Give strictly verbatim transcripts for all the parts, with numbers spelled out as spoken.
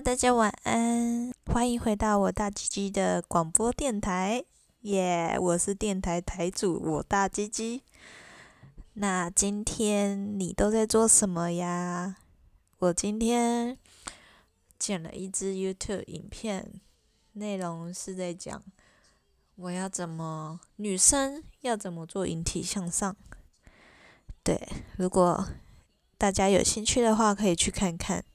大家晚安，欢迎回到我大鸡鸡的广播电台，耶、我是电台台主我大鸡鸡。那今天你都在做什么呀？我今天剪了一支 YouTube 影片，内容是在讲我要怎么女生要怎么做引体向上。对，如果大家有兴趣的话，可以去看看。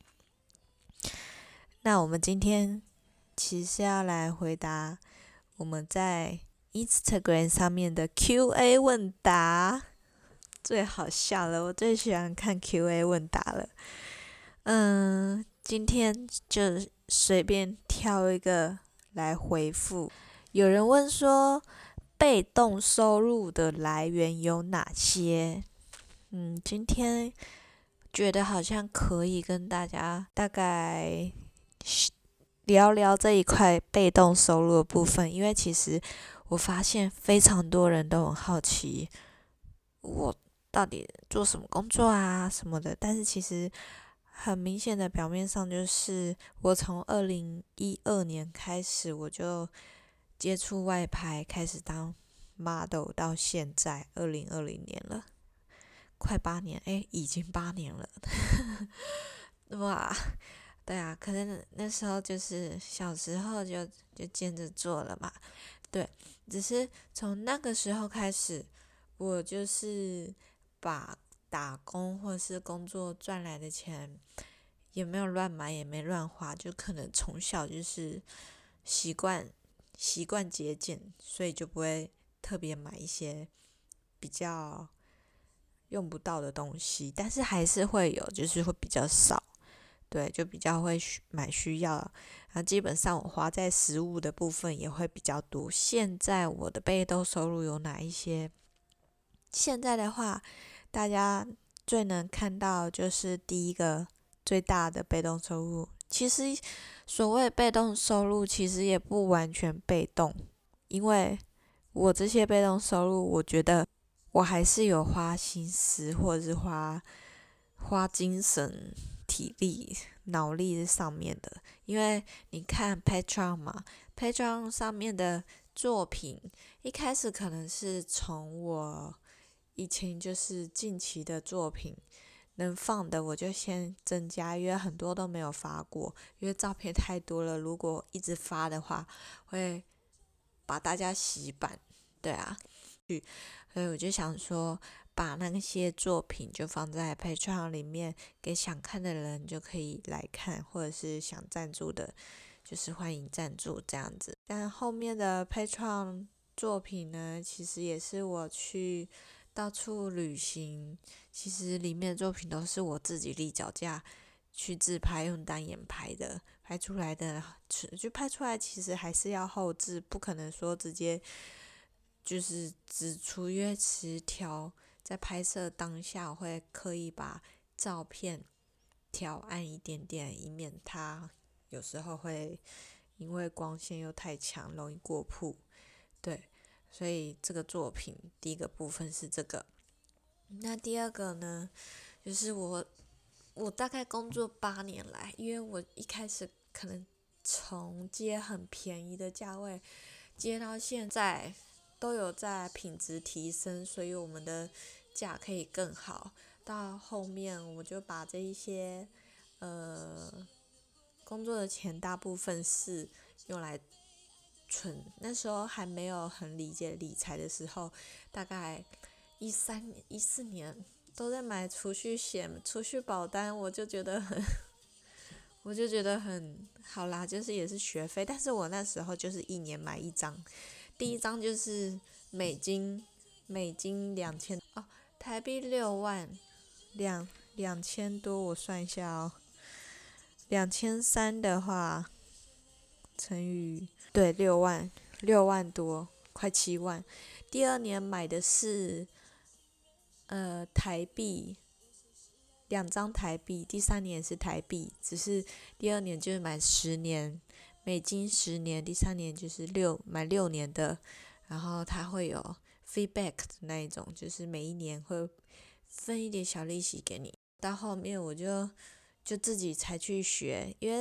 那我们今天其实是要来回答我们在 Instagram 上面的 Q A 问答，最好笑了，我最喜欢看 Q A 问答了。嗯，今天就随便挑一个来回复。有人问说，被动收入的来源有哪些？嗯，今天觉得好像可以跟大家大概聊聊这一块被动收入的部分，因为其实我发现非常多人都很好奇我到底做什么工作啊什么的，但是其实很明显的表面上就是我从二零一二年开始我就接触外拍，开始当 model 到现在二零二零年了，快八年，诶，已经八年了，哇！对啊，可是那时候就是小时候就就兼着做了嘛，对，只是从那个时候开始，我就是把打工或是工作赚来的钱，也没有乱买，也没乱花，就可能从小就是习惯习惯节俭，所以就不会特别买一些比较用不到的东西，但是还是会有，就是会比较少。对，就比较会买需要，然后基本上我花在食物的部分也会比较多。现在我的被动收入有哪一些？现在的话，大家最能看到就是第一个最大的被动收入。其实所谓被动收入，其实也不完全被动，因为我这些被动收入，我觉得我还是有花心思或者是花花精神、体力、脑力上面的。因为你看 Patreon 嘛，Patreon 上面的作品，一开始可能是从我以前就是近期的作品能放的，我就先增加，因为很多都没有发过，因为照片太多了，如果一直发的话，会把大家洗版。对啊，所以我就想说，把那些作品就放在 Patreon 里面，给想看的人就可以来看，或者是想赞助的，就是欢迎赞助这样子。但后面的 Patreon 作品呢，其实也是我去到处旅行，其实里面的作品都是我自己立脚架去自拍，用单眼拍的，拍出来的就拍出来，其实还是要后置，不可能说直接就是指出，因为其实调在拍摄当下，我会刻意把照片调暗一点点，以免它有时候会因为光线又太强，容易过曝。对，所以这个作品第一个部分是这个。那第二个呢，就是我我大概工作八年来，因为我一开始可能从接很便宜的价位接到现在都有在品质提升，所以我们的价可以更好。到后面我就把这一些呃工作的钱大部分是用来存，那时候还没有很理解理财的时候，大概一三年、一四年都在买储蓄险、储蓄保单，我就觉得很，我就觉得很好啦，就是也是学费，但是我那时候就是一年买一张，第一张就是美金，美金两千哦，台币六万，两两千多，我算一下哦，两千三的话乘以对六万，六万多，快七万。第二年买的是呃台币，两张台币，第三年也是台币，只是第二年就是买十年美金十年，第三年就是六买六年的，然后它会有 feedback 的那一种，就是每一年会分一点小利息给你。到后面我就就自己才去学，因为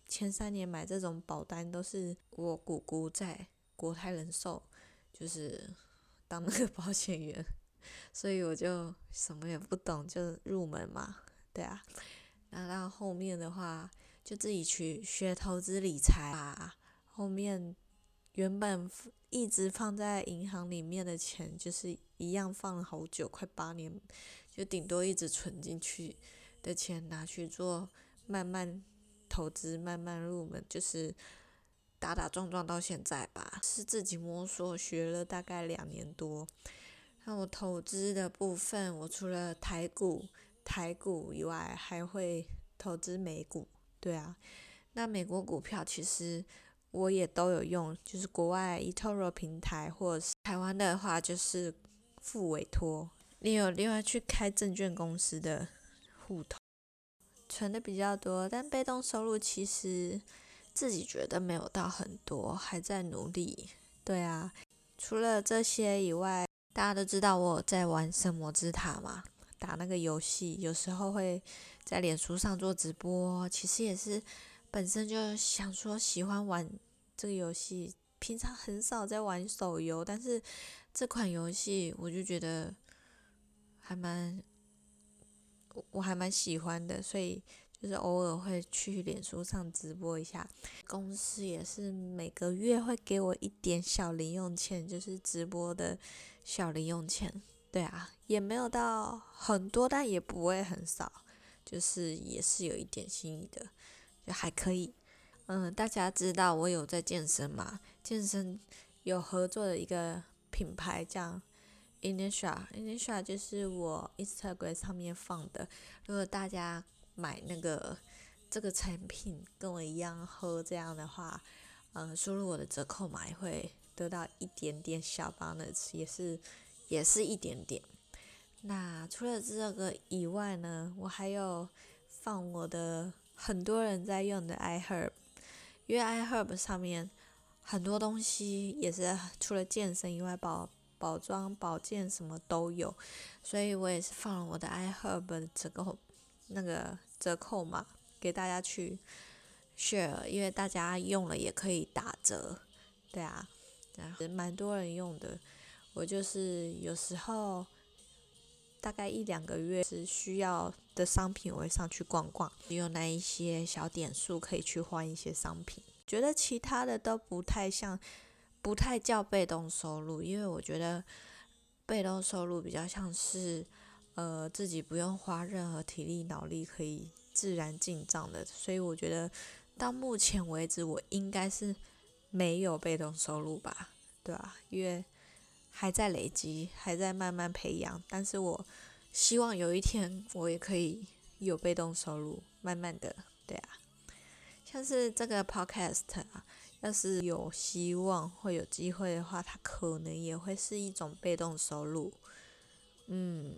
前三年买这种保单都是我姑姑在国泰人寿，就是当那个保险员，所以我就什么也不懂就入门嘛，对啊。那到后面的话，就自己去学投资理财啊。后面原本一直放在银行里面的钱，就是一样放了好久，快八年，就顶多一直存进去的钱拿去做慢慢投资，慢慢入门，就是打打撞撞到现在吧。是自己摸索学了大概两年多。那我投资的部分，我除了台股、台股以外，还会投资美股。对啊，那美国股票其实我也都有用，就是国外 eToro 平台，或者是台湾的话就是付委托。你有另外去开证券公司的户头，存的比较多，但被动收入其实自己觉得没有到很多，还在努力。对啊，除了这些以外，大家都知道我有在玩神魔之塔嘛，打那个游戏，有时候会在脸书上做直播，其实也是本身就想说喜欢玩这个游戏，平常很少在玩手游，但是这款游戏我就觉得还蛮，我还蛮喜欢的，所以就是偶尔会去脸书上直播一下。公司也是每个月会给我一点小零用钱，就是直播的小零用钱。对啊，也没有到很多，但也不会很少，就是也是有一点心意的，就还可以。嗯，大家知道我有在健身嘛？健身有合作的一个品牌叫 Inisha，Inisha 就是我 Instagram 上面放的。如果大家买那个这个产品跟我一样喝这样的话，嗯，输入我的折扣码也会得到一点点小 bonus， 也是也是一点点。那除了这个以外呢，我还有放我的很多人在用的 iHerb， 因为 iHerb 上面很多东西也是除了健身以外，保保装、保健什么都有，所以我也是放了我的 iHerb 的折扣那个折扣码给大家去 share， 因为大家用了也可以打折，对啊，蛮多人用的。我就是有时候大概一两个月是需要的商品，我会上去逛逛，有那一些小点数可以去换一些商品。觉得其他的都不太像，不太叫被动收入，因为我觉得被动收入比较像是，呃，自己不用花任何体力脑力可以自然进账的，所以我觉得到目前为止我应该是没有被动收入吧，对吧？因为还在累积，还在慢慢培养，但是我希望有一天我也可以有被动收入，慢慢的，对啊，像是这个 podcast 啊，要是有希望会有机会的话，它可能也会是一种被动收入。嗯，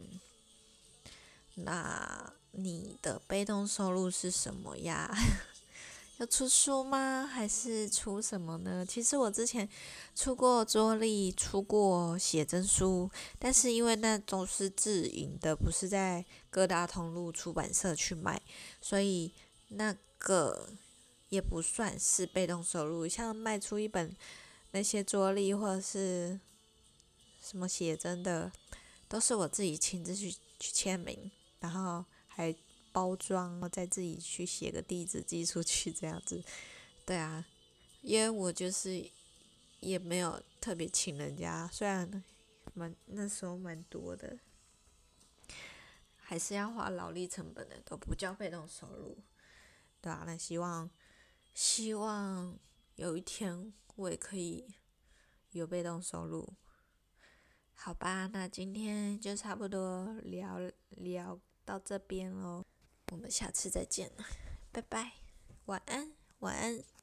那你的被动收入是什么呀？要出书吗？还是出什么呢？其实我之前出过桌历，出过写真书，但是因为那种是自营的，不是在各大通路出版社去卖，所以那个也不算是被动收入。像卖出一本那些桌历或者是什么写真的，都是我自己亲自去去签名，然后还包装，再自己去写个地址寄出去这样子。对啊，因为我就是也没有特别请人家，虽然蛮那时候蛮多的，还是要花劳力成本的，都不叫被动收入。对啊，那希望希望有一天我也可以有被动收入。好吧，那今天就差不多聊聊到这边咯，我们下次再见了，拜拜，晚安，晚安。